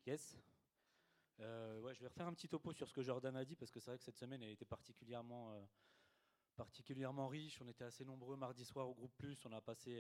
Yes. Ouais, je vais refaire un petit topo sur ce que Jordan a dit parce que c'est vrai que cette semaine elle était particulièrement riche. On était assez nombreux mardi soir au groupe Plus. On a passé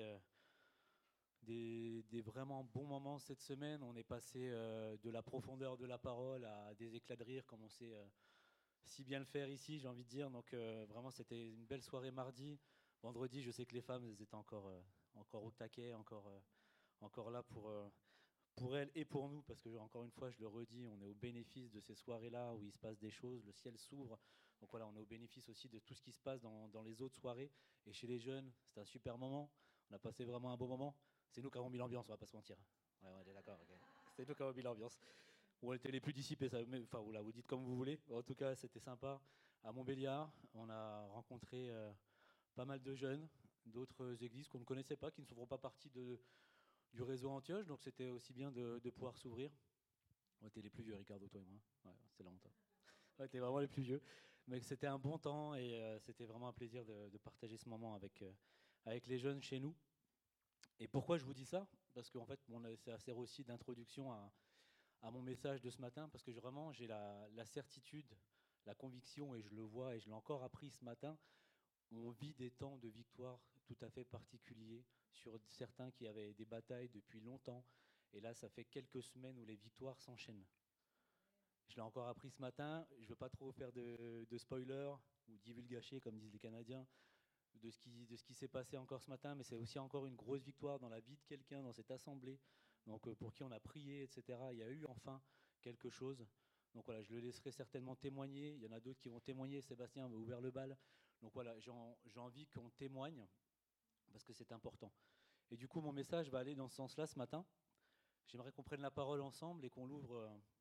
des vraiment bons moments cette semaine. On est passé de la profondeur de la parole à des éclats de rire comme on sait si bien le faire ici, j'ai envie de dire. Donc vraiment c'était une belle soirée mardi. Vendredi, je sais que les femmes elles étaient encore au taquet, encore là pour elles et pour nous, parce que encore une fois, je le redis, on est au bénéfice de ces soirées-là où il se passe des choses, le ciel s'ouvre. Donc voilà, on est au bénéfice aussi de tout ce qui se passe dans les autres soirées. Et chez les jeunes, c'était un super moment. On a passé vraiment un beau moment. C'est nous qui avons mis l'ambiance, on va pas se mentir. Ouais, on est d'accord. Ok. C'est nous qui avons mis l'ambiance. Ou on était les plus dissipés, ça, enfin voilà, vous dites comme vous voulez. En tout cas, c'était sympa. À Montbéliard, on a rencontré pas mal de jeunes d'autres églises qu'on ne connaissait pas, qui ne font pas partie du réseau Antioche, donc c'était aussi bien de pouvoir s'ouvrir. On était les plus vieux, Ricardo, toi et moi. Ouais, c'est la honte. On était vraiment les plus vieux. Mais c'était un bon temps et c'était vraiment un plaisir de partager ce moment avec les jeunes chez nous. Et pourquoi je vous dis ça? Parce qu'en fait, ça sert aussi d'introduction à mon message de ce matin, parce que vraiment, j'ai la certitude, la conviction, et je le vois, et je l'ai encore appris ce matin, on vit des temps de victoire tout à fait particuliers sur certains qui avaient des batailles depuis longtemps. Et là, ça fait quelques semaines où les victoires s'enchaînent. Je l'ai encore appris ce matin. Je ne veux pas trop faire de spoilers ou divulgacher, comme disent les Canadiens, de ce qui s'est passé encore ce matin. Mais c'est aussi encore une grosse victoire dans la vie de quelqu'un, dans cette assemblée. Donc, pour qui on a prié, etc. Il y a eu enfin quelque chose. Donc voilà, je le laisserai certainement témoigner. Il y en a d'autres qui vont témoigner. Sébastien m'a ouvert le bal. Donc voilà, j'ai envie qu'on témoigne parce que c'est important. Et du coup, mon message va aller dans ce sens-là ce matin. J'aimerais qu'on prenne la parole ensemble et qu'on l'ouvre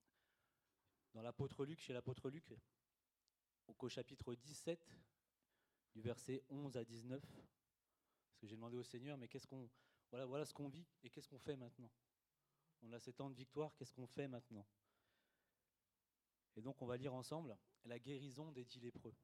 dans l'apôtre Luc, chez l'apôtre Luc, au chapitre 17, du verset 11 à 19. Parce que j'ai demandé au Seigneur, mais voilà ce qu'on vit et qu'est-ce qu'on fait maintenant? On a ces temps de victoire, qu'est-ce qu'on fait maintenant? Et donc on va lire ensemble la guérison des 10 lépreux.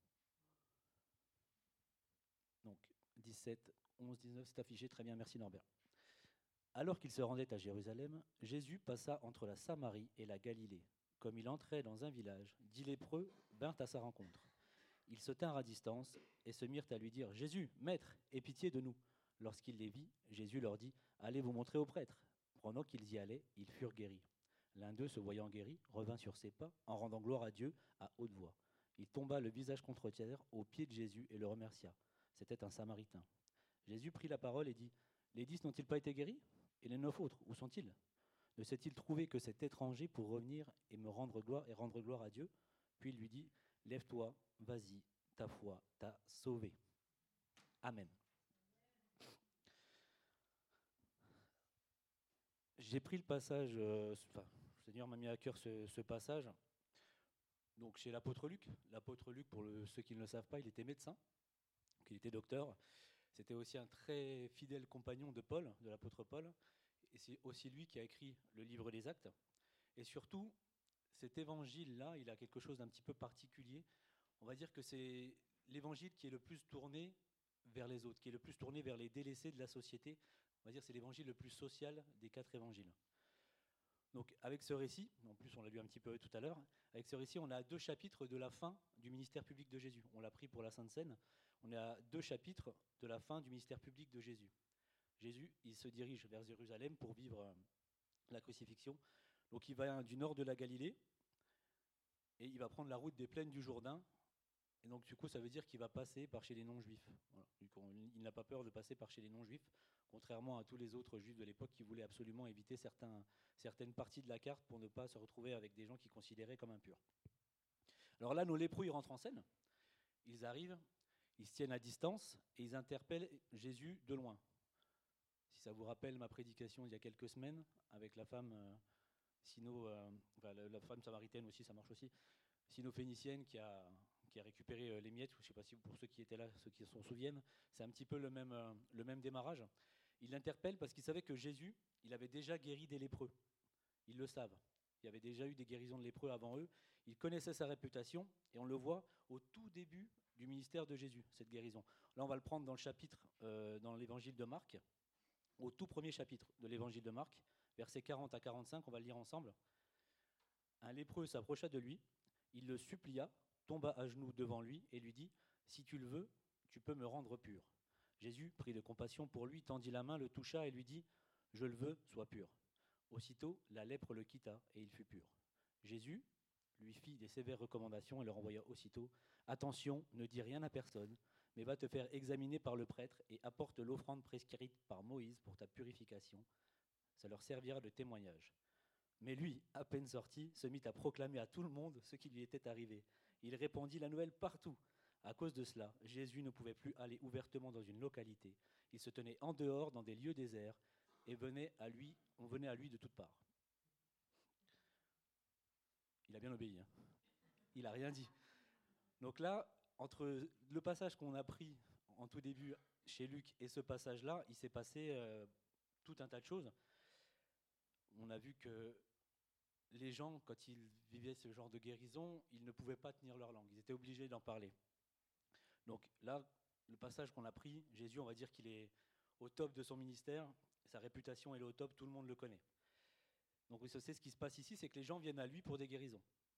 Donc 17, 11, 19, c'est affiché, très bien, merci Norbert. Alors qu'il se rendait à Jérusalem, Jésus passa entre la Samarie et la Galilée. Comme il entrait dans un village, 10 lépreux vinrent à sa rencontre. Ils se tinrent à distance et se mirent à lui dire « Jésus, Maître, aie pitié de nous !» Lorsqu'il les vit, Jésus leur dit « Allez vous montrer au prêtre !» Pendant qu'ils y allaient, ils furent guéris. L'un d'eux, se voyant guéri, revint sur ses pas en rendant gloire à Dieu à haute voix. Il tomba le visage contre terre aux pieds de Jésus et le remercia. C'était un Samaritain. Jésus prit la parole et dit « Les 10 n'ont-ils pas été guéris? Et les 9 autres, où sont-ils? Ne s'est-il trouvé que cet étranger pour revenir et me rendre gloire à Dieu ?» Puis il lui dit « Lève-toi, vas-y, ta foi t'a sauvé. » Amen. J'ai pris le passage, le Seigneur m'a mis à cœur ce passage. Donc chez l'apôtre Luc. L'apôtre Luc, pour ceux qui ne le savent pas, il était médecin, donc il était docteur. C'était aussi un très fidèle compagnon de Paul, de l'apôtre Paul. Et c'est aussi lui qui a écrit le livre des Actes. Et surtout, cet évangile-là, il a quelque chose d'un petit peu particulier. On va dire que c'est l'évangile qui est le plus tourné vers les autres, qui est le plus tourné vers les délaissés de la société. On va dire que c'est l'évangile le plus social des 4 évangiles. Donc avec ce récit, en plus on l'a lu un petit peu tout à l'heure, avec ce récit on a 2 chapitres de la fin du ministère public de Jésus. On l'a pris pour la Sainte Seine, on a 2 chapitres de la fin du ministère public de Jésus. Jésus, il se dirige vers Jérusalem pour vivre la crucifixion. Donc il va du nord de la Galilée et il va prendre la route des plaines du Jourdain. Et donc du coup ça veut dire qu'il va passer par chez les non-juifs. Voilà. Il n'a pas peur de passer par chez les non-juifs, contrairement à tous les autres juifs de l'époque qui voulaient absolument éviter certaines parties de la carte pour ne pas se retrouver avec des gens qu'ils considéraient comme impurs. Alors là, nos lépreux, ils rentrent en scène, ils arrivent, ils se tiennent à distance et ils interpellent Jésus de loin. Si ça vous rappelle ma prédication il y a quelques semaines avec la femme la femme samaritaine aussi, ça marche aussi, sino-phénicienne qui a récupéré les miettes, je ne sais pas si pour ceux qui étaient là, ceux qui s'en souviennent, c'est un petit peu le même démarrage. Il l'interpelle parce qu'il savait que Jésus, il avait déjà guéri des lépreux. Ils le savent. Il y avait déjà eu des guérisons de lépreux avant eux. Ils connaissaient sa réputation et on le voit au tout début du ministère de Jésus, cette guérison. Là, on va le prendre dans le chapitre, dans l'évangile de Marc, au tout premier chapitre de l'évangile de Marc, versets 40 à 45, on va le lire ensemble. Un lépreux s'approcha de lui, il le supplia, tomba à genoux devant lui et lui dit « Si tu le veux, tu peux me rendre pur. » Jésus, pris de compassion pour lui, tendit la main, le toucha et lui dit « Je le veux, sois pur. » Aussitôt, la lèpre le quitta et il fut pur. Jésus lui fit des sévères recommandations et leur envoya aussitôt « Attention, ne dis rien à personne, mais va te faire examiner par le prêtre et apporte l'offrande prescrite par Moïse pour ta purification. Ça leur servira de témoignage. » Mais lui, à peine sorti, se mit à proclamer à tout le monde ce qui lui était arrivé. Il répandit la nouvelle partout. À cause de cela, Jésus ne pouvait plus aller ouvertement dans une localité. Il se tenait en dehors, dans des lieux déserts, et on venait à lui de toutes parts. Il a bien obéi, hein. Il n'a rien dit. Donc là, entre le passage qu'on a pris en tout début chez Luc et ce passage-là, il s'est passé tout un tas de choses. On a vu que les gens, quand ils vivaient ce genre de guérison, ils ne pouvaient pas tenir leur langue. Ils étaient obligés d'en parler. Donc là, le passage qu'on a pris, Jésus, on va dire qu'il est au top de son ministère. Sa réputation, elle est au top, tout le monde le connaît. Donc vous savez, ce qui se passe ici, c'est que les gens viennent à lui pour des guérisons.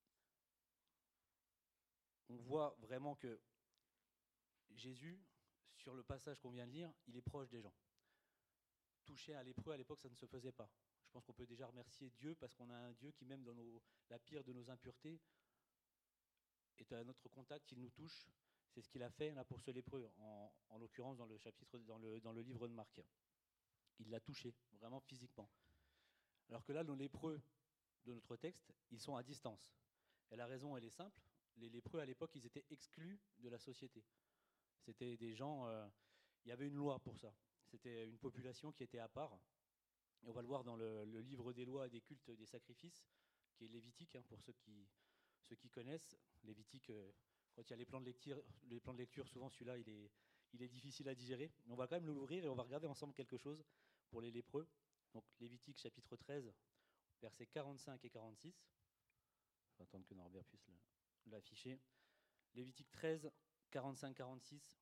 On voit vraiment que Jésus, sur le passage qu'on vient de lire, il est proche des gens. Toucher un lépreux, à l'époque, ça ne se faisait pas. Je pense qu'on peut déjà remercier Dieu parce qu'on a un Dieu qui, même dans la pire de nos impuretés, est à notre contact, il nous touche. C'est ce qu'il a fait là pour ce lépreux, en l'occurrence dans le chapitre, dans le livre de Marc. Il l'a touché, vraiment physiquement. Alors que là, nos lépreux de notre texte, ils sont à distance. Et la raison, elle est simple. Les lépreux, à l'époque, ils étaient exclus de la société. C'était des gens... il y avait une loi pour ça. C'était une population qui était à part. Et on va le voir dans le livre des lois et des cultes des sacrifices, qui est Lévitique, hein, pour ceux qui connaissent. Lévitique, quand il y a les plans de lecture, souvent celui-là, il est difficile à digérer. Mais on va quand même l'ouvrir et on va regarder ensemble quelque chose pour les lépreux. Donc Lévitique chapitre 13, versets 45 et 46. Je vais attendre que Norbert puisse l'afficher. Lévitique 13, 45-46.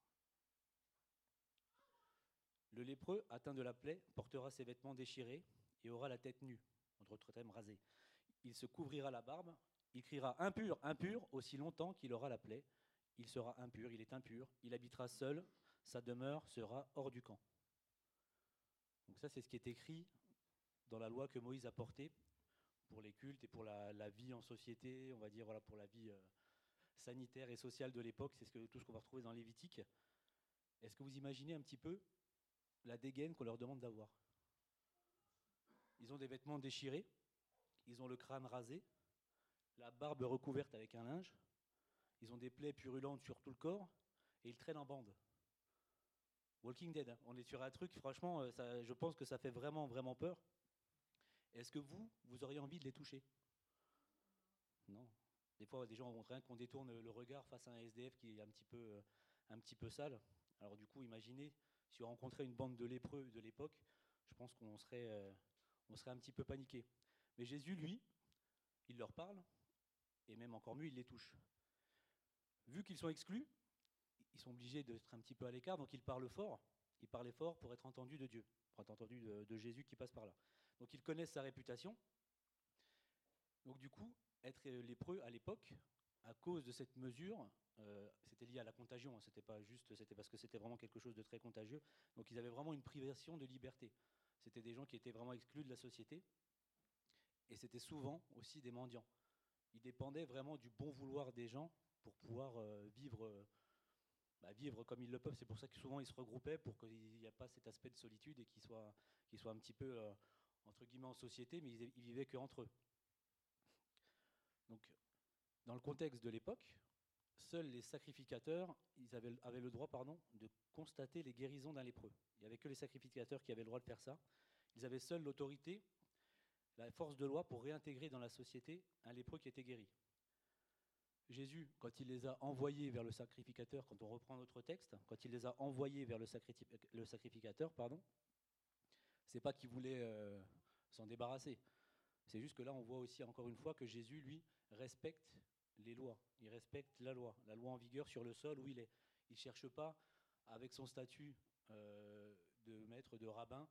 Le lépreux, atteint de la plaie, portera ses vêtements déchirés et aura la tête nue, entre autres termes rasée. Il se couvrira la barbe, il criera « Impur, impur !» aussi longtemps qu'il aura la plaie. Il sera impur, il est impur, il habitera seul, sa demeure sera hors du camp. Donc ça, c'est ce qui est écrit dans la loi que Moïse a portée pour les cultes et pour la vie en société, on va dire, voilà, pour la vie sanitaire et sociale de l'époque. C'est tout ce qu'on va retrouver dans Lévitique. Est-ce que vous imaginez un petit peu la dégaine qu'on leur demande d'avoir? Ils ont des vêtements déchirés, ils ont le crâne rasé, la barbe recouverte avec un linge, ils ont des plaies purulentes sur tout le corps et ils traînent en bande. Walking Dead, hein. On est sur un truc, franchement, je pense que ça fait vraiment, vraiment peur. Est-ce que vous auriez envie de les toucher? Non. Des fois, des gens ont rien qu'on détourne le regard face à un SDF qui est un petit peu sale. Alors du coup, imaginez, si on rencontrait une bande de lépreux de l'époque, je pense qu'on serait un petit peu paniqué. Mais Jésus, lui, il leur parle, et même encore mieux, il les touche. Vu qu'ils sont exclus, ils sont obligés d'être un petit peu à l'écart, donc ils parlent fort. Ils parlaient fort pour être entendus de Dieu, pour être entendus de Jésus qui passe par là. Donc ils connaissent sa réputation. Donc du coup, être lépreux à l'époque, à cause de cette mesure, c'était lié à la contagion, hein, c'était parce que c'était vraiment quelque chose de très contagieux. Donc ils avaient vraiment une privation de liberté. C'était des gens qui étaient vraiment exclus de la société. Et c'était souvent aussi des mendiants. Ils dépendaient vraiment du bon vouloir des gens pour pouvoir vivre comme ils le peuvent. C'est pour ça que souvent ils se regroupaient pour qu'il n'y ait pas cet aspect de solitude et qu'ils soient un petit peu, entre guillemets, en société, mais ils vivaient qu'entre eux. Donc, dans le contexte de l'époque, seuls les sacrificateurs avaient le droit de constater les guérisons d'un lépreux. Il n'y avait que les sacrificateurs qui avaient le droit de faire ça. Ils avaient seuls l'autorité, la force de loi pour réintégrer dans la société un lépreux qui était guéri. Jésus, quand il les a envoyés vers le sacrificateur, quand on reprend notre texte, quand il les a envoyés vers le sacrificateur, c'est pas qu'il voulait s'en débarrasser. C'est juste que là, on voit aussi encore une fois que Jésus, lui, respecte les lois. Il respecte la loi en vigueur sur le sol où il est. Il ne cherche pas, avec son statut de maître, de rabbin,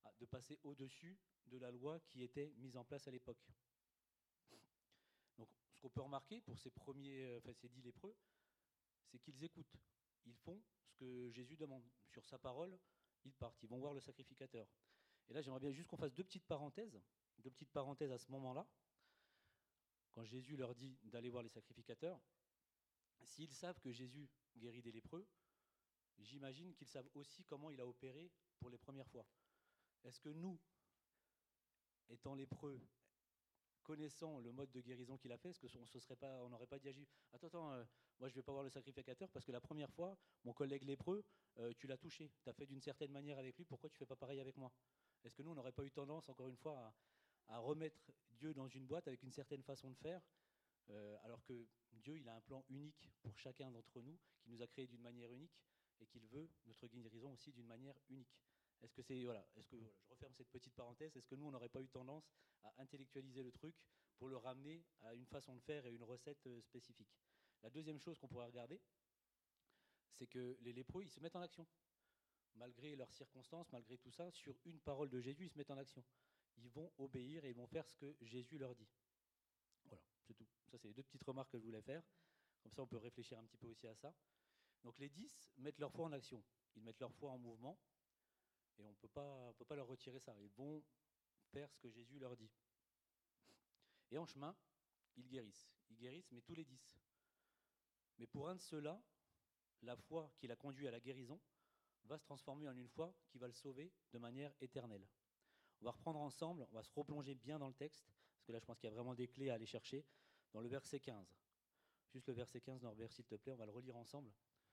de passer au-dessus de la loi qui était mise en place à l'époque. Donc, ce qu'on peut remarquer pour ces 10 lépreux, c'est qu'ils écoutent. Ils font ce que Jésus demande. Sur sa parole, ils partent, ils vont voir le sacrificateur. Et là, j'aimerais bien juste qu'on fasse deux petites parenthèses à ce moment-là. Quand Jésus leur dit d'aller voir les sacrificateurs, s'ils savent que Jésus guérit des lépreux, j'imagine qu'ils savent aussi comment il a opéré pour les premières fois. Est-ce que nous, étant lépreux, connaissant le mode de guérison qu'il a fait, est-ce qu'on n'aurait pas dit à Jésus, attends, moi je ne vais pas voir le sacrificateur parce que la première fois, mon collègue lépreux, tu l'as touché, tu as fait d'une certaine manière avec lui, pourquoi tu ne fais pas pareil avec moi? Est-ce que nous, on n'aurait pas eu tendance, encore une fois, à remettre Dieu dans une boîte avec une certaine façon de faire, alors que Dieu, il a un plan unique pour chacun d'entre nous, qui nous a créés d'une manière unique, et qu'il veut notre guérison aussi d'une manière unique. Est-ce que c'est je referme cette petite parenthèse. Est-ce que nous on n'aurait pas eu tendance à intellectualiser le truc pour le ramener à une façon de faire et une recette spécifique? La deuxième chose qu'on pourrait regarder, c'est que les lépreux ils se mettent en action malgré leurs circonstances, malgré tout ça. Sur une parole de Jésus, ils se mettent en action. Ils vont obéir et ils vont faire ce que Jésus leur dit. Voilà, c'est tout. Ça c'est les deux petites remarques que je voulais faire. Comme ça on peut réfléchir un petit peu aussi à ça. Donc les 10 mettent leur foi en action. Ils mettent leur foi en mouvement. Et on ne peut pas leur retirer ça. Ils vont faire ce que Jésus leur dit. Et en chemin, ils guérissent. Ils guérissent, mais tous les 10. Mais pour un de ceux-là, la foi qui l'a conduit à la guérison va se transformer en une foi qui va le sauver de manière éternelle. On va reprendre ensemble, on va se replonger bien dans le texte, parce que là je pense qu'il y a vraiment des clés à aller chercher, dans le verset 15. Juste le verset 15, Norbert, s'il te plaît, on va le relire ensemble.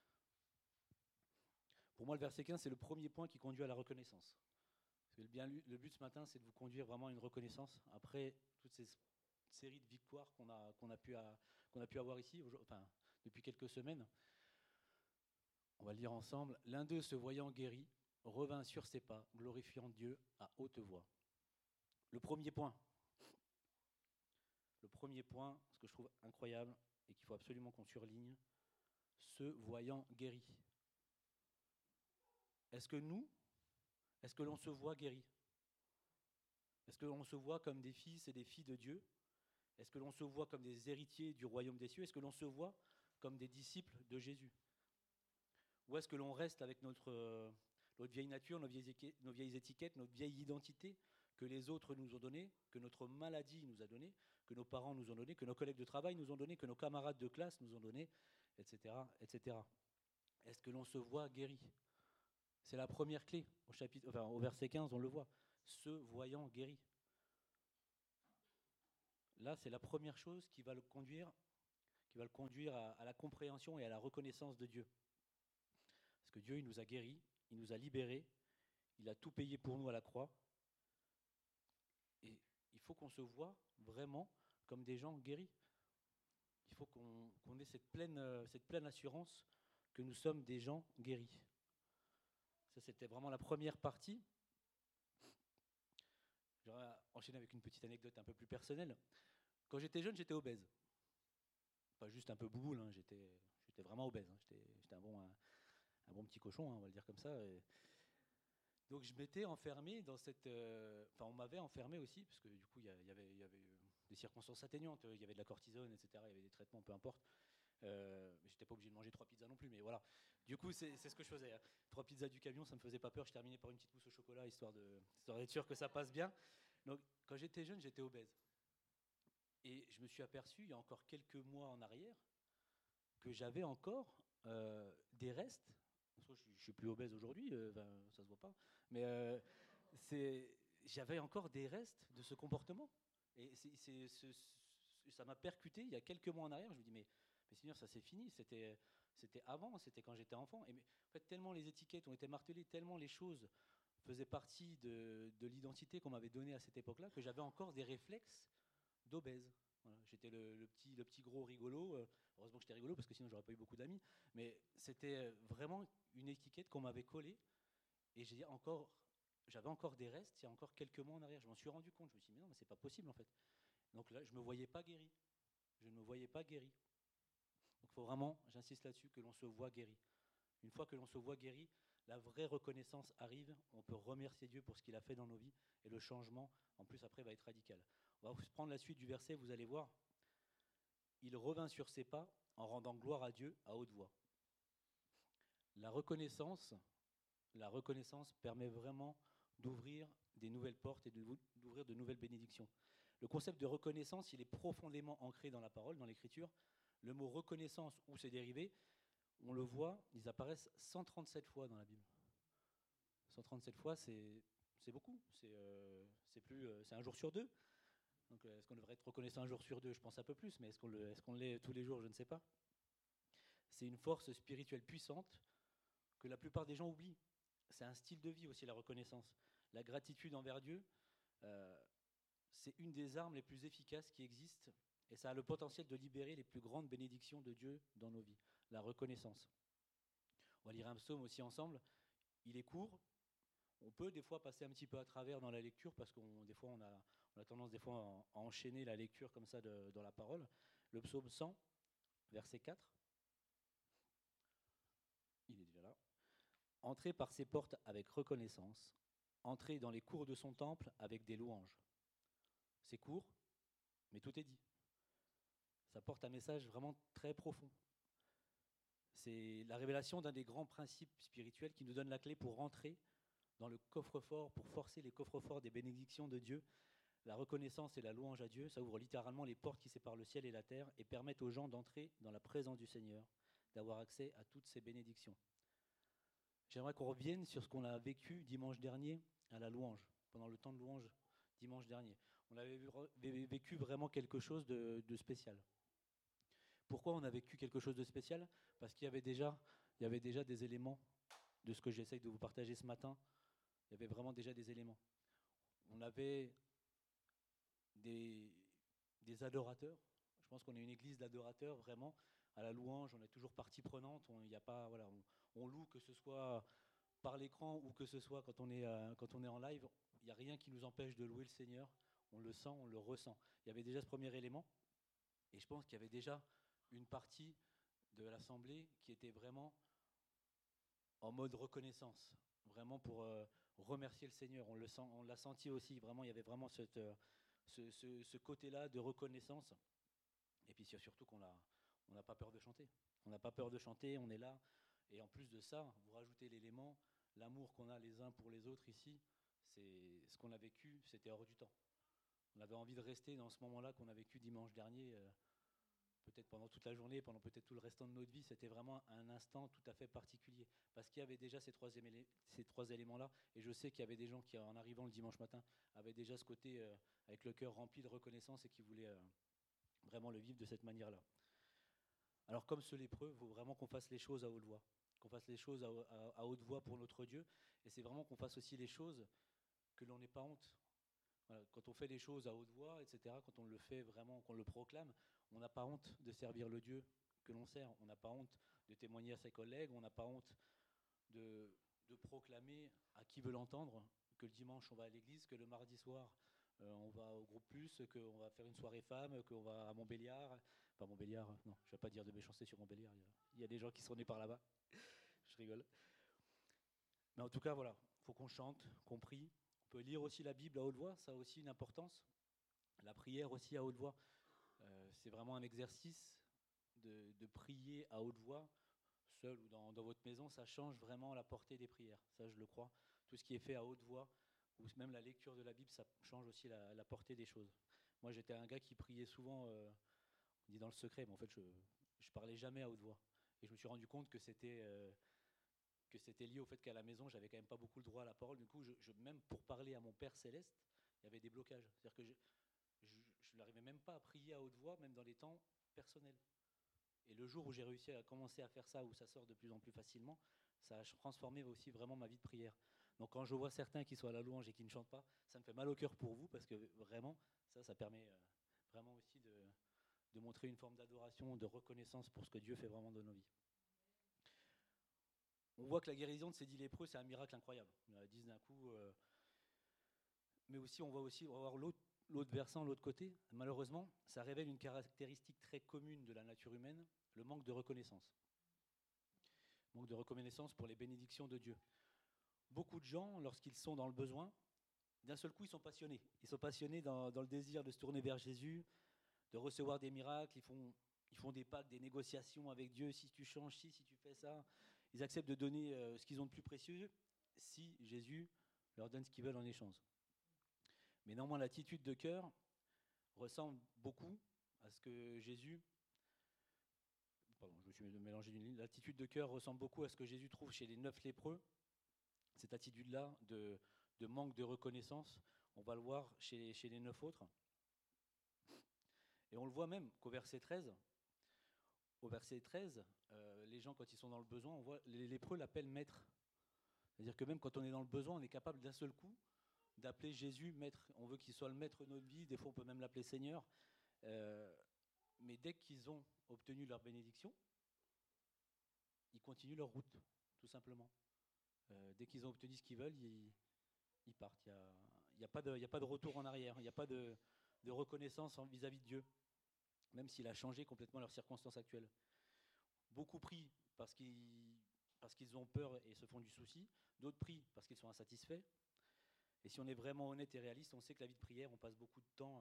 Pour moi, le verset 15, c'est le premier point qui conduit à la reconnaissance. Parce que le but ce matin, c'est de vous conduire vraiment à une reconnaissance après toutes ces séries de victoires qu'on a pu avoir ici, depuis quelques semaines. On va le lire ensemble. L'un d'eux, se voyant guéri, revint sur ses pas, glorifiant Dieu à haute voix. Le premier point, ce que je trouve incroyable et qu'il faut absolument qu'on surligne, se voyant guéri. Est-ce que l'on se voit guéri? Est-ce que l'on se voit comme des fils et des filles de Dieu? Est-ce que l'on se voit comme des héritiers du royaume des cieux? Est-ce que l'on se voit comme des disciples de Jésus? Ou est-ce que l'on reste avec notre vieille nature, nos vieilles étiquettes, notre vieille identité que les autres nous ont donnée, que notre maladie nous a donnée, que nos parents nous ont donnée, que nos collègues de travail nous ont donnée, que nos camarades de classe nous ont donnée, etc., etc. Est-ce que l'on se voit guéri? C'est la première clé au verset 15, on le voit. Se voyant guéri. Là, c'est la première chose qui va le conduire à la compréhension et à la reconnaissance de Dieu. Parce que Dieu, il nous a guéris, il nous a libérés, il a tout payé pour nous à la croix. Et il faut qu'on se voit vraiment comme des gens guéris. Il faut qu'on ait cette pleine assurance que nous sommes des gens guéris. Ça, c'était vraiment la première partie. J'aurais enchaîné avec une petite anecdote un peu plus personnelle. Quand j'étais jeune, j'étais obèse. Pas juste un peu bouboule, hein, j'étais vraiment obèse. Hein. J'étais un bon petit cochon, hein, on va le dire comme ça. Donc je m'étais enfermé dans cette... on m'avait enfermé aussi, parce que du coup, il y avait des circonstances atténuantes. Il y avait de la cortisone, etc. Il y avait des traitements, peu importe. J'étais pas obligé de manger 3 pizzas non plus, mais voilà. Du coup, c'est ce que je faisais. Hein. 3 pizzas du camion, ça me faisait pas peur. Je terminais par une petite mousse au chocolat, histoire d'être sûr que ça passe bien. Donc, quand j'étais jeune, j'étais obèse. Et je me suis aperçu, il y a encore quelques mois en arrière, que j'avais encore des restes. Je suis plus obèse aujourd'hui, ça se voit pas. Mais j'avais encore des restes de ce comportement. Et ça m'a percuté il y a quelques mois en arrière. Je me dis, mais Seigneur, ça c'est fini. C'était avant, c'était quand j'étais enfant. Et en fait, tellement les étiquettes ont été martelées, tellement les choses faisaient partie de l'identité qu'on m'avait donnée à cette époque-là, que j'avais encore des réflexes d'obèse. Voilà, j'étais le petit gros rigolo. Heureusement que j'étais rigolo parce que sinon j'aurais pas eu beaucoup d'amis. Mais c'était vraiment une étiquette qu'on m'avait collée. Et j'avais encore des restes il y a encore quelques mois en arrière. Je m'en suis rendu compte. Je me suis dit, mais non, mais c'est pas possible en fait. Donc là, je ne me voyais pas guéri. Je ne me voyais pas guéri. Donc il faut vraiment, j'insiste là-dessus, que l'on se voit guéri. Une fois que l'on se voit guéri, la vraie reconnaissance arrive, on peut remercier Dieu pour ce qu'il a fait dans nos vies, et le changement, en plus, après, va être radical. On va prendre la suite du verset, vous allez voir. Il revint sur ses pas en rendant gloire à Dieu à haute voix. La reconnaissance permet vraiment d'ouvrir des nouvelles portes et d'ouvrir de nouvelles bénédictions. Le concept de reconnaissance, il est profondément ancré dans la parole, dans l'écriture. Le mot reconnaissance ou ses dérivés, on le voit, ils apparaissent 137 fois dans la Bible. 137 fois, c'est beaucoup. C'est un jour sur deux. Donc, est-ce qu'on devrait être reconnaissant un jour sur deux? Je pense un peu plus, mais est-ce qu'on l'est tous les jours? Je ne sais pas. C'est une force spirituelle puissante que la plupart des gens oublient. C'est un style de vie aussi, la reconnaissance. La gratitude envers Dieu, c'est une des armes les plus efficaces qui existent, et ça a le potentiel de libérer les plus grandes bénédictions de Dieu dans nos vies. La reconnaissance. On va lire un psaume aussi ensemble. Il est court. On peut des fois passer un petit peu à travers dans la lecture parce des fois on a tendance des fois à enchaîner la lecture comme ça dans la parole. Le psaume 100, verset 4. Il est déjà là. Entrez par ses portes avec reconnaissance. Entrez dans les cours de son temple avec des louanges. C'est court, mais tout est dit. Ça porte un message vraiment très profond. C'est la révélation d'un des grands principes spirituels qui nous donne la clé pour rentrer dans le coffre-fort, pour forcer les coffres-forts des bénédictions de Dieu. La reconnaissance et la louange à Dieu, ça ouvre littéralement les portes qui séparent le ciel et la terre et permettent aux gens d'entrer dans la présence du Seigneur, d'avoir accès à toutes ces bénédictions. J'aimerais qu'on revienne sur ce qu'on a vécu dimanche dernier à la louange, pendant le temps de louange dimanche dernier. On avait vécu vraiment quelque chose de spécial. Pourquoi on a vécu quelque chose de spécial? Parce qu'il y avait déjà des éléments de ce que j'essaye de vous partager ce matin. Il y avait vraiment déjà des éléments. On avait des adorateurs. Je pense qu'on est une église d'adorateurs, vraiment. À la louange, on est toujours partie prenante. On loue, que ce soit par l'écran ou que ce soit quand on est en live. Il n'y a rien qui nous empêche de louer le Seigneur. On le sent, on le ressent. Il y avait déjà ce premier élément. Et je pense qu'il y avait déjà une partie de l'Assemblée qui était vraiment en mode reconnaissance, vraiment pour remercier le Seigneur. On l'a senti aussi, vraiment, il y avait vraiment ce côté-là de reconnaissance. Et puis surtout qu'on n'a pas peur de chanter. On n'a pas peur de chanter, on est là. Et en plus de ça, vous rajoutez l'élément, l'amour qu'on a les uns pour les autres ici, c'est ce qu'on a vécu, c'était hors du temps. On avait envie de rester dans ce moment-là qu'on a vécu dimanche dernier, peut-être pendant toute la journée, pendant peut-être tout le restant de notre vie. C'était vraiment un instant tout à fait particulier, parce qu'il y avait déjà ces trois éléments-là, et je sais qu'il y avait des gens qui, en arrivant le dimanche matin, avaient déjà ce côté avec le cœur rempli de reconnaissance et qui voulaient vraiment le vivre de cette manière-là. Alors comme ce lépreux, il faut vraiment qu'on fasse les choses à haute voix, qu'on fasse les choses à haute voix pour notre Dieu, et c'est vraiment qu'on fasse aussi les choses que l'on n'ait pas honte. Voilà, quand on fait les choses à haute voix, etc., quand on le fait vraiment, qu'on le proclame, on n'a pas honte de servir le Dieu que l'on sert, on n'a pas honte de témoigner à ses collègues, on n'a pas honte de proclamer à qui veut l'entendre que le dimanche on va à l'église, que le mardi soir on va au groupe plus, qu'on va faire une soirée femme, qu'on va à Montbéliard. Pas Montbéliard, non, je ne vais pas dire de méchanceté sur Montbéliard, il y a des gens qui sont nés par là-bas, je rigole. Mais en tout cas, voilà, il faut qu'on chante, qu'on prie. On peut lire aussi la Bible à haute voix, ça a aussi une importance. La prière aussi à haute voix, c'est vraiment un exercice de prier à haute voix, seul ou dans votre maison, ça change vraiment la portée des prières, ça je le crois. Tout ce qui est fait à haute voix, ou même la lecture de la Bible, ça change aussi la portée des choses. Moi j'étais un gars qui priait souvent, on dit dans le secret, mais en fait je parlais jamais à haute voix. Et je me suis rendu compte que c'était lié au fait qu'à la maison, j'avais quand même pas beaucoup le droit à la parole. Du coup, même pour parler à mon Père Céleste, il y avait des blocages. C'est-à-dire que je n'arrivais même pas à prier à haute voix, même dans les temps personnels. Et le jour où j'ai réussi à commencer à faire ça, où ça sort de plus en plus facilement, ça a transformé aussi vraiment ma vie de prière. Donc quand je vois certains qui sont à la louange et qui ne chantent pas, ça me fait mal au cœur pour vous, parce que vraiment, ça permet vraiment aussi de montrer une forme d'adoration, de reconnaissance pour ce que Dieu fait vraiment dans nos vies. On voit que la guérison de ces 10 lépreux, c'est un miracle incroyable. Il y en a 10 d'un coup. Mais aussi, on va voir l'autre versant, l'autre côté. Malheureusement, ça révèle une caractéristique très commune de la nature humaine, le manque de reconnaissance. manque de reconnaissance pour les bénédictions de Dieu. Beaucoup de gens, lorsqu'ils sont dans le besoin, d'un seul coup, ils sont passionnés. Ils sont passionnés dans le désir de se tourner vers Jésus, de recevoir des miracles. Ils font des pactes, des négociations avec Dieu. Si tu changes ci, si tu fais ça, ils acceptent de donner ce qu'ils ont de plus précieux si Jésus leur donne ce qu'ils veulent en échange. Mais néanmoins, l'attitude de cœur ressemble beaucoup à ce que Jésus... Pardon, je me suis mélangé d'une ligne. L'attitude de cœur ressemble beaucoup à ce que Jésus trouve chez les 9 lépreux. Cette attitude-là de manque de reconnaissance, on va le voir chez les 9 autres. Et on le voit même qu'au verset 13, les gens, quand ils sont dans le besoin, on voit les lépreux l'appellent maître. C'est-à-dire que même quand on est dans le besoin, on est capable d'un seul coup d'appeler Jésus maître. On veut qu'il soit le maître de notre vie, des fois on peut même l'appeler Seigneur. Mais dès qu'ils ont obtenu leur bénédiction, ils continuent leur route, tout simplement. Dès qu'ils ont obtenu ce qu'ils veulent, ils partent. Il n'y a pas de retour en arrière, il n'y a pas de reconnaissance vis-à-vis de Dieu, même s'il a changé complètement leurs circonstances actuelles. Beaucoup prient parce qu'ils ont peur et se font du souci, d'autres prient parce qu'ils sont insatisfaits. Et si on est vraiment honnête et réaliste, on sait que la vie de prière, on passe beaucoup de temps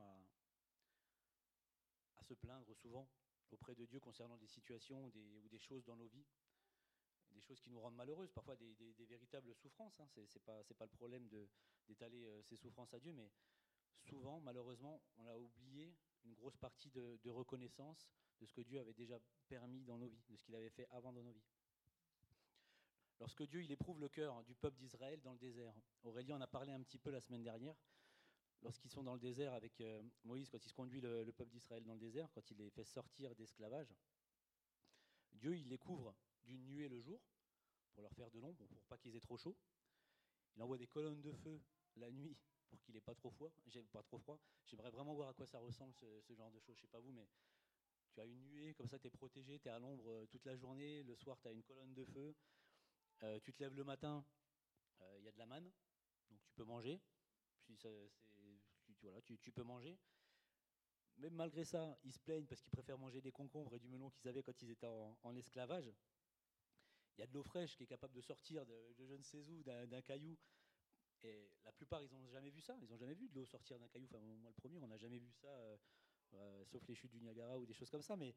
à se plaindre souvent auprès de Dieu concernant des situations ou des choses dans nos vies, des choses qui nous rendent malheureuses, parfois des véritables souffrances. Hein. C'est pas le problème d'étaler ces souffrances à Dieu, mais souvent, malheureusement, on a oublié une grosse partie de reconnaissance de ce que Dieu avait déjà permis dans nos vies, de ce qu'il avait fait avant dans nos vies. Lorsque Dieu il éprouve le cœur du peuple d'Israël dans le désert, Aurélien en a parlé un petit peu la semaine dernière, lorsqu'ils sont dans le désert avec Moïse, quand il se conduit le peuple d'Israël dans le désert, quand il les fait sortir d'esclavage, Dieu il les couvre d'une nuée le jour pour leur faire de l'ombre, pour pas qu'ils aient trop chaud. Il envoie des colonnes de feu la nuit pour qu'il n'ait pas trop froid. J'aimerais vraiment voir à quoi ça ressemble ce genre de choses. Je sais pas vous, mais tu as une nuée, comme ça tu es protégé, tu es à l'ombre toute la journée, le soir tu as une colonne de feu. Tu te lèves le matin, il y a de la manne, donc tu peux manger. Puis tu peux manger. Même malgré ça, ils se plaignent parce qu'ils préfèrent manger des concombres et du melon qu'ils avaient quand ils étaient en esclavage. Il y a de l'eau fraîche qui est capable de sortir de je ne sais où, d'un caillou. Et la plupart, ils n'ont jamais vu ça. Ils n'ont jamais vu de l'eau sortir d'un caillou. Enfin, moi, le premier, on n'a jamais vu ça, sauf les chutes du Niagara ou des choses comme ça. Mais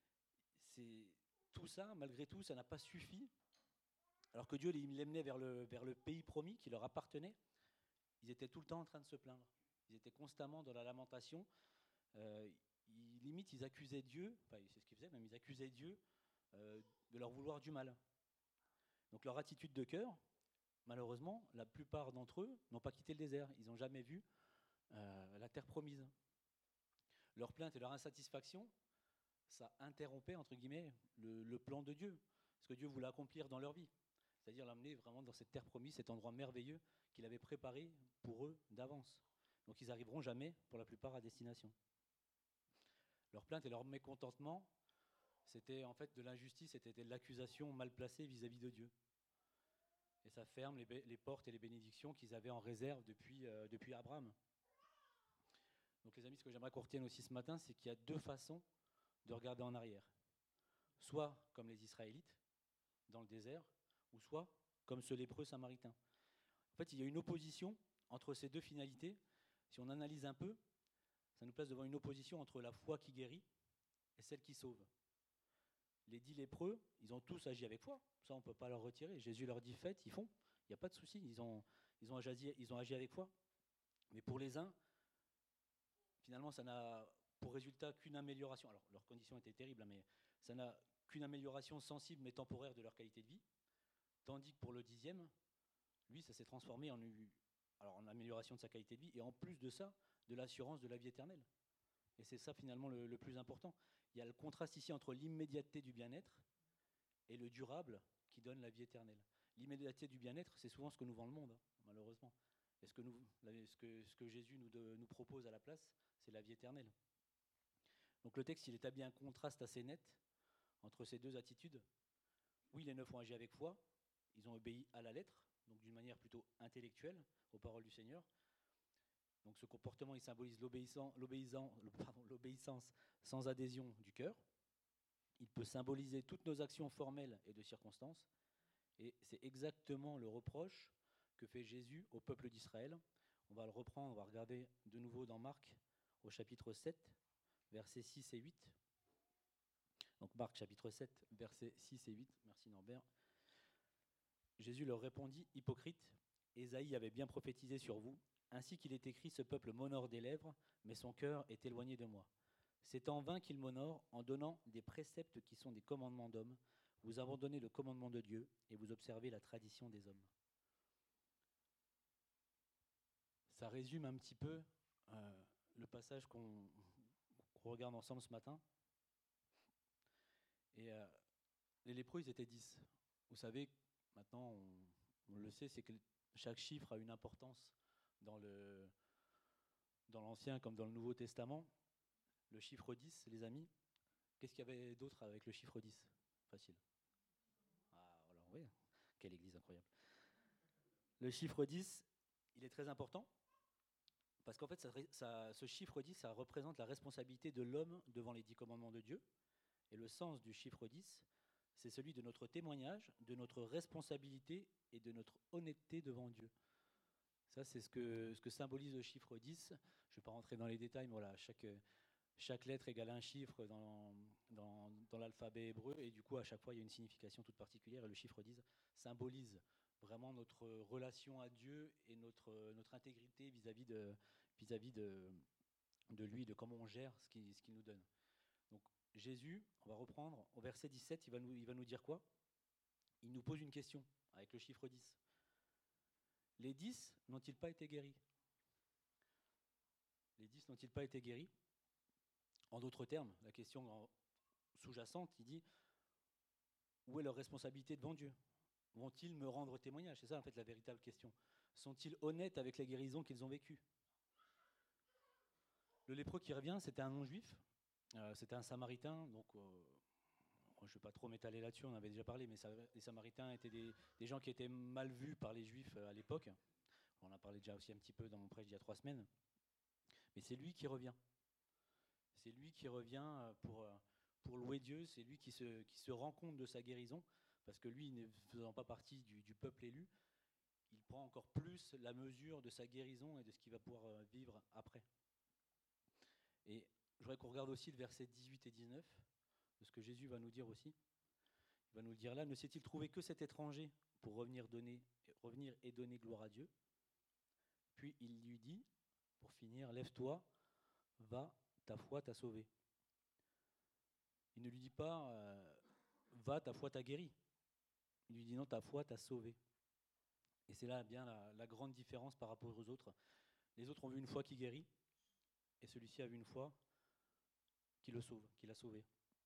tout ça, malgré tout, ça n'a pas suffi. Alors que Dieu les menait vers le pays promis qui leur appartenait, ils étaient tout le temps en train de se plaindre. Ils étaient constamment dans la lamentation. Limite, ils accusaient Dieu, enfin, c'est ce qu'ils faisaient, même ils accusaient Dieu de leur vouloir du mal. Donc leur attitude de cœur, malheureusement, la plupart d'entre eux n'ont pas quitté le désert. Ils n'ont jamais vu la terre promise. Leur plainte et leur insatisfaction, ça interrompait, entre guillemets, le plan de Dieu. Ce que Dieu voulait accomplir dans leur vie. C'est-à-dire l'amener vraiment dans cette terre promise, cet endroit merveilleux qu'il avait préparé pour eux d'avance. Donc ils n'arriveront jamais, pour la plupart, à destination. Leur plainte et leur mécontentement, c'était en fait de l'injustice, c'était de l'accusation mal placée vis-à-vis de Dieu. Et ça ferme les portes et les bénédictions qu'ils avaient en réserve depuis Abraham. Donc les amis, ce que j'aimerais qu'on retienne aussi ce matin, c'est qu'il y a deux façons de regarder en arrière. Soit comme les Israélites, dans le désert, ou soit comme ce lépreux samaritain. En fait, il y a une opposition entre ces deux finalités. Si on analyse un peu, ça nous place devant une opposition entre la foi qui guérit et celle qui sauve. Les 10 lépreux, ils ont tous agi avec foi. Ça, on ne peut pas leur retirer. Jésus leur dit faites, ils font. Il n'y a pas de souci. Ils ont agi avec foi. Mais pour les uns, finalement, ça n'a pour résultat qu'une amélioration. Alors, leurs conditions étaient terribles, mais ça n'a qu'une amélioration sensible mais temporaire de leur qualité de vie. Tandis que pour le 10e, lui, ça s'est transformé en amélioration de sa qualité de vie et en plus de ça, de l'assurance de la vie éternelle. Et c'est ça finalement le plus important. Il y a le contraste ici entre l'immédiateté du bien-être et le durable qui donne la vie éternelle. L'immédiateté du bien-être, c'est souvent ce que nous vend le monde, hein, malheureusement. Et ce que Jésus nous propose à la place, c'est la vie éternelle. Donc le texte, il établit un contraste assez net entre ces deux attitudes. Oui, les 9 ont agi avec foi, ils ont obéi à la lettre, donc d'une manière plutôt intellectuelle aux paroles du Seigneur. Donc ce comportement, il symbolise l'obéissance sans adhésion du cœur. Il peut symboliser toutes nos actions formelles et de circonstances. Et c'est exactement le reproche que fait Jésus au peuple d'Israël. On va le reprendre, on va regarder de nouveau dans Marc au chapitre 7, versets 6 et 8. Donc Marc chapitre 7, versets 6 et 8. Merci Norbert. Jésus leur répondit, hypocrite, Ésaïe avait bien prophétisé sur vous, ainsi qu'il est écrit, ce peuple m'honore des lèvres, mais son cœur est éloigné de moi. C'est en vain qu'il m'honore en donnant des préceptes qui sont des commandements d'hommes. Vous abandonnez le commandement de Dieu et vous observez la tradition des hommes. Ça résume un petit peu le passage qu'on regarde ensemble ce matin. Et les lépreux, ils étaient 10. Vous savez, maintenant, on le sait, c'est que chaque chiffre a une importance dans l'Ancien comme dans le Nouveau Testament. Le chiffre 10, les amis, qu'est-ce qu'il y avait d'autre avec le chiffre 10? Facile. Ah, voilà, oui, quelle église incroyable. Le chiffre 10, il est très important, parce qu'en fait, ce chiffre 10, ça représente la responsabilité de l'homme devant les 10 commandements de Dieu. Et le sens du chiffre 10, c'est celui de notre témoignage, de notre responsabilité et de notre honnêteté devant Dieu. Ça, c'est ce que symbolise le chiffre 10. Je ne vais pas rentrer dans les détails, mais voilà, chaque lettre égale un chiffre dans l'alphabet hébreu, et du coup, à chaque fois, il y a une signification toute particulière, et le chiffre 10 symbolise vraiment notre relation à Dieu et notre intégrité vis-à-vis de lui, de comment on gère ce qu'il nous donne. Donc Jésus, on va reprendre, au verset 17, il va nous dire quoi? Il nous pose une question avec le chiffre 10. Les 10 n'ont-ils pas été guéris? Les 10 n'ont-ils pas été guéris? En d'autres termes, la question sous-jacente, il dit, où est leur responsabilité devant Dieu? Vont-ils me rendre témoignage? C'est ça en fait la véritable question. Sont-ils honnêtes avec la guérison qu'ils ont vécue? Le lépreux qui revient, c'était un non-juif, c'était un samaritain, donc je ne vais pas trop m'étaler là-dessus, on en avait déjà parlé, mais les samaritains étaient des gens qui étaient mal vus par les juifs à l'époque. On en a parlé déjà aussi un petit peu dans mon prêche il y a 3 semaines. Mais c'est lui qui revient. C'est lui qui revient pour louer Dieu, c'est lui qui se rend compte de sa guérison, parce que lui, ne faisant pas partie du peuple élu, il prend encore plus la mesure de sa guérison et de ce qu'il va pouvoir vivre après. Et je voudrais qu'on regarde aussi le verset 18 et 19, de ce que Jésus va nous dire aussi. Il va nous le dire là, ne s'est-il trouvé que cet étranger pour revenir et donner gloire à Dieu? Puis il lui dit, pour finir, lève-toi, va, ta foi t'a sauvé. Il ne lui dit pas, va, ta foi t'a guéri. Il lui dit non, ta foi t'a sauvé. Et c'est là bien la grande différence par rapport aux autres. Les autres ont vu une foi qui guérit, et celui-ci a vu une foi qui le sauve, qui l'a sauvé.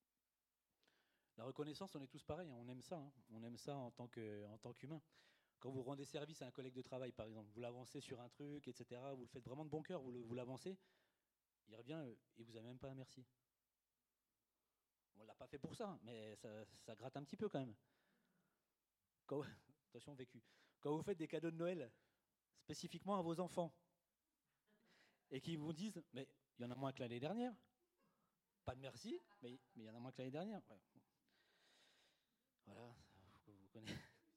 La reconnaissance, on est tous pareils, on aime ça. On aime ça en tant qu'humain. Quand vous rendez service à un collègue de travail, par exemple, vous l'avancez sur un truc, etc., vous le faites vraiment de bon cœur, vous l'avancez, il revient et vous n'avez même pas un merci. On ne l'a pas fait pour ça, mais ça gratte un petit peu quand même. Attention, vécu. Quand vous faites des cadeaux de Noël, spécifiquement à vos enfants, et qu'ils vous disent, mais il y en a moins que l'année dernière. Pas de merci, mais il y en a moins que l'année dernière. Ouais. Voilà, vous connaissez.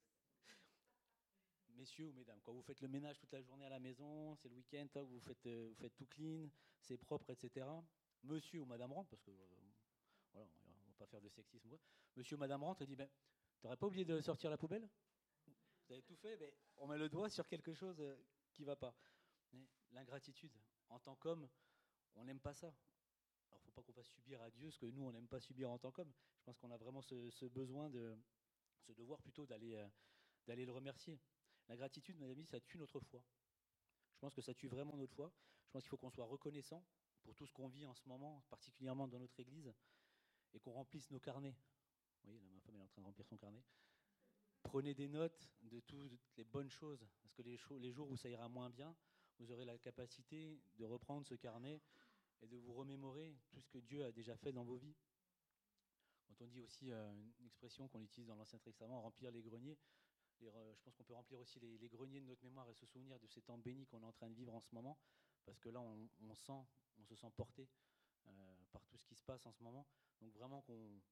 Messieurs ou mesdames, quand vous faites le ménage toute la journée à la maison, c'est le week-end, vous faites tout clean, c'est propre, etc. Monsieur ou madame rentre, parce que voilà, on ne va pas faire de sexisme. Monsieur ou madame rentre et dit, ben, t'aurais pas oublié de sortir la poubelle? Vous avez tout fait, mais on met le doigt sur quelque chose qui ne va pas. Mais l'ingratitude, en tant qu'homme, on n'aime pas ça. Alors, il ne faut pas qu'on fasse subir à Dieu ce que nous, on n'aime pas subir en tant qu'homme. Je pense qu'on a vraiment ce besoin, ce devoir plutôt d'aller le remercier. La gratitude, mes amis, ça tue notre foi. Je pense que ça tue vraiment notre foi. Je pense qu'il faut qu'on soit reconnaissant pour tout ce qu'on vit en ce moment, particulièrement dans notre église, et qu'on remplisse nos carnets. Vous voyez, là, ma femme elle est en train de remplir son carnet. Prenez des notes de toutes les bonnes choses, parce que les jours où ça ira moins bien, vous aurez la capacité de reprendre ce carnet et de vous remémorer tout ce que Dieu a déjà fait dans vos vies. Quand on dit aussi une expression qu'on utilise dans l'Ancien Testament, remplir les greniers, je pense qu'on peut remplir aussi les greniers de notre mémoire et se souvenir de ces temps bénis qu'on est en train de vivre en ce moment, parce que là, on se sent porté par tout ce qui se passe en ce moment. Donc vraiment qu'on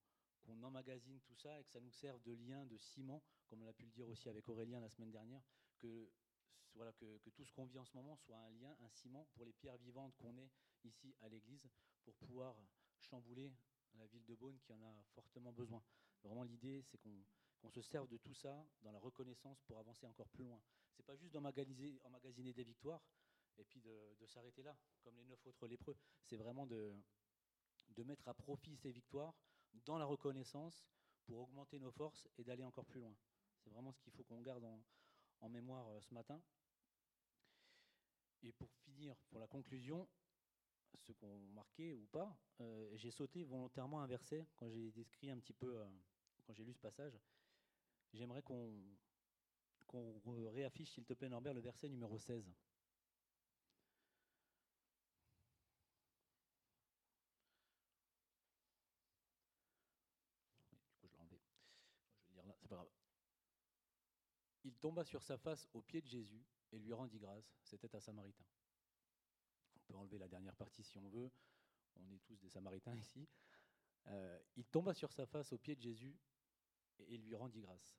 qu'on emmagasine tout ça et que ça nous serve de lien, de ciment, comme on a pu le dire aussi avec Aurélien la semaine dernière, que, voilà, que tout ce qu'on vit en ce moment soit un lien, un ciment pour les pierres vivantes qu'on est ici à l'église, pour pouvoir chambouler la ville de Beaune qui en a fortement besoin. Vraiment l'idée, c'est qu'on se serve de tout ça dans la reconnaissance pour avancer encore plus loin. C'est pas juste d'emmagasiner des victoires et puis de s'arrêter là, comme les 9 autres lépreux. C'est vraiment de mettre à profit ces victoires dans la reconnaissance pour augmenter nos forces et d'aller encore plus loin. C'est vraiment ce qu'il faut qu'on garde en mémoire ce matin. Et pour finir, pour la conclusion, ceux qui ont marqué ou pas, j'ai sauté volontairement un verset quand j'ai décrit un petit peu, quand j'ai lu ce passage. J'aimerais qu'on réaffiche, s'il te plaît, Norbert, le verset numéro 16. Du coup, je l'ai enlevé. Je vais le lire là, c'est pas grave. Il tomba sur sa face aux pieds de Jésus et lui rendit grâce. C'était un Samaritain. On peut enlever la dernière partie si on veut. On est tous des Samaritains ici. Il tomba sur sa face aux pieds de Jésus et lui rendit grâce.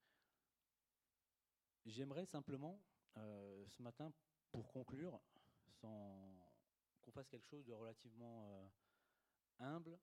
J'aimerais simplement, ce matin, pour conclure, qu'on fasse quelque chose de relativement humble,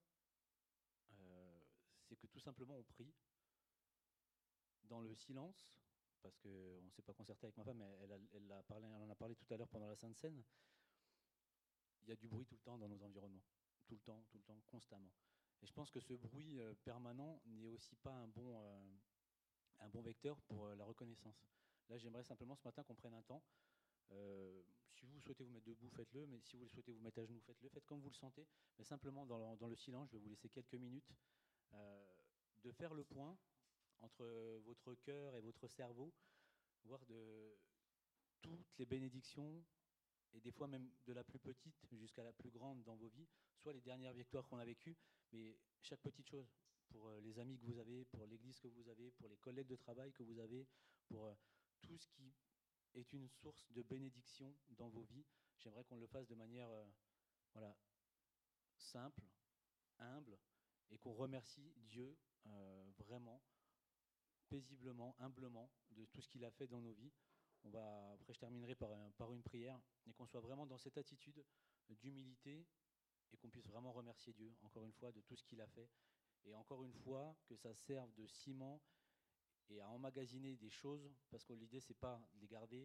c'est que tout simplement on prie dans le silence, parce qu'on ne s'est pas concerté avec ma femme, elle en a parlé tout à l'heure pendant la Sainte Seine. Il y a du bruit tout le temps dans nos environnements, tout le temps, constamment. Et je pense que ce bruit permanent n'est aussi pas un bon vecteur pour la reconnaissance. Là, j'aimerais simplement ce matin qu'on prenne un temps. Si vous souhaitez vous mettre debout, faites-le, mais si vous souhaitez vous mettre à genoux, faites-le, faites comme vous le sentez, mais simplement dans le silence, je vais vous laisser quelques minutes, de faire le point entre votre cœur et votre cerveau, voir de toutes les bénédictions, et des fois même de la plus petite jusqu'à la plus grande dans vos vies, soit les dernières victoires qu'on a vécues, mais chaque petite chose, pour les amis que vous avez, pour l'église que vous avez, pour les collègues de travail que vous avez, pour tout ce qui est une source de bénédiction dans vos vies. J'aimerais qu'on le fasse de manière voilà, simple, humble, et qu'on remercie Dieu vraiment, paisiblement, humblement, de tout ce qu'il a fait dans nos vies. Après, je terminerai par une prière, et qu'on soit vraiment dans cette attitude d'humilité, et qu'on puisse vraiment remercier Dieu, encore une fois, de tout ce qu'il a fait. Et encore une fois, que ça serve de ciment et à emmagasiner des choses, parce que l'idée, c'est pas de les garder,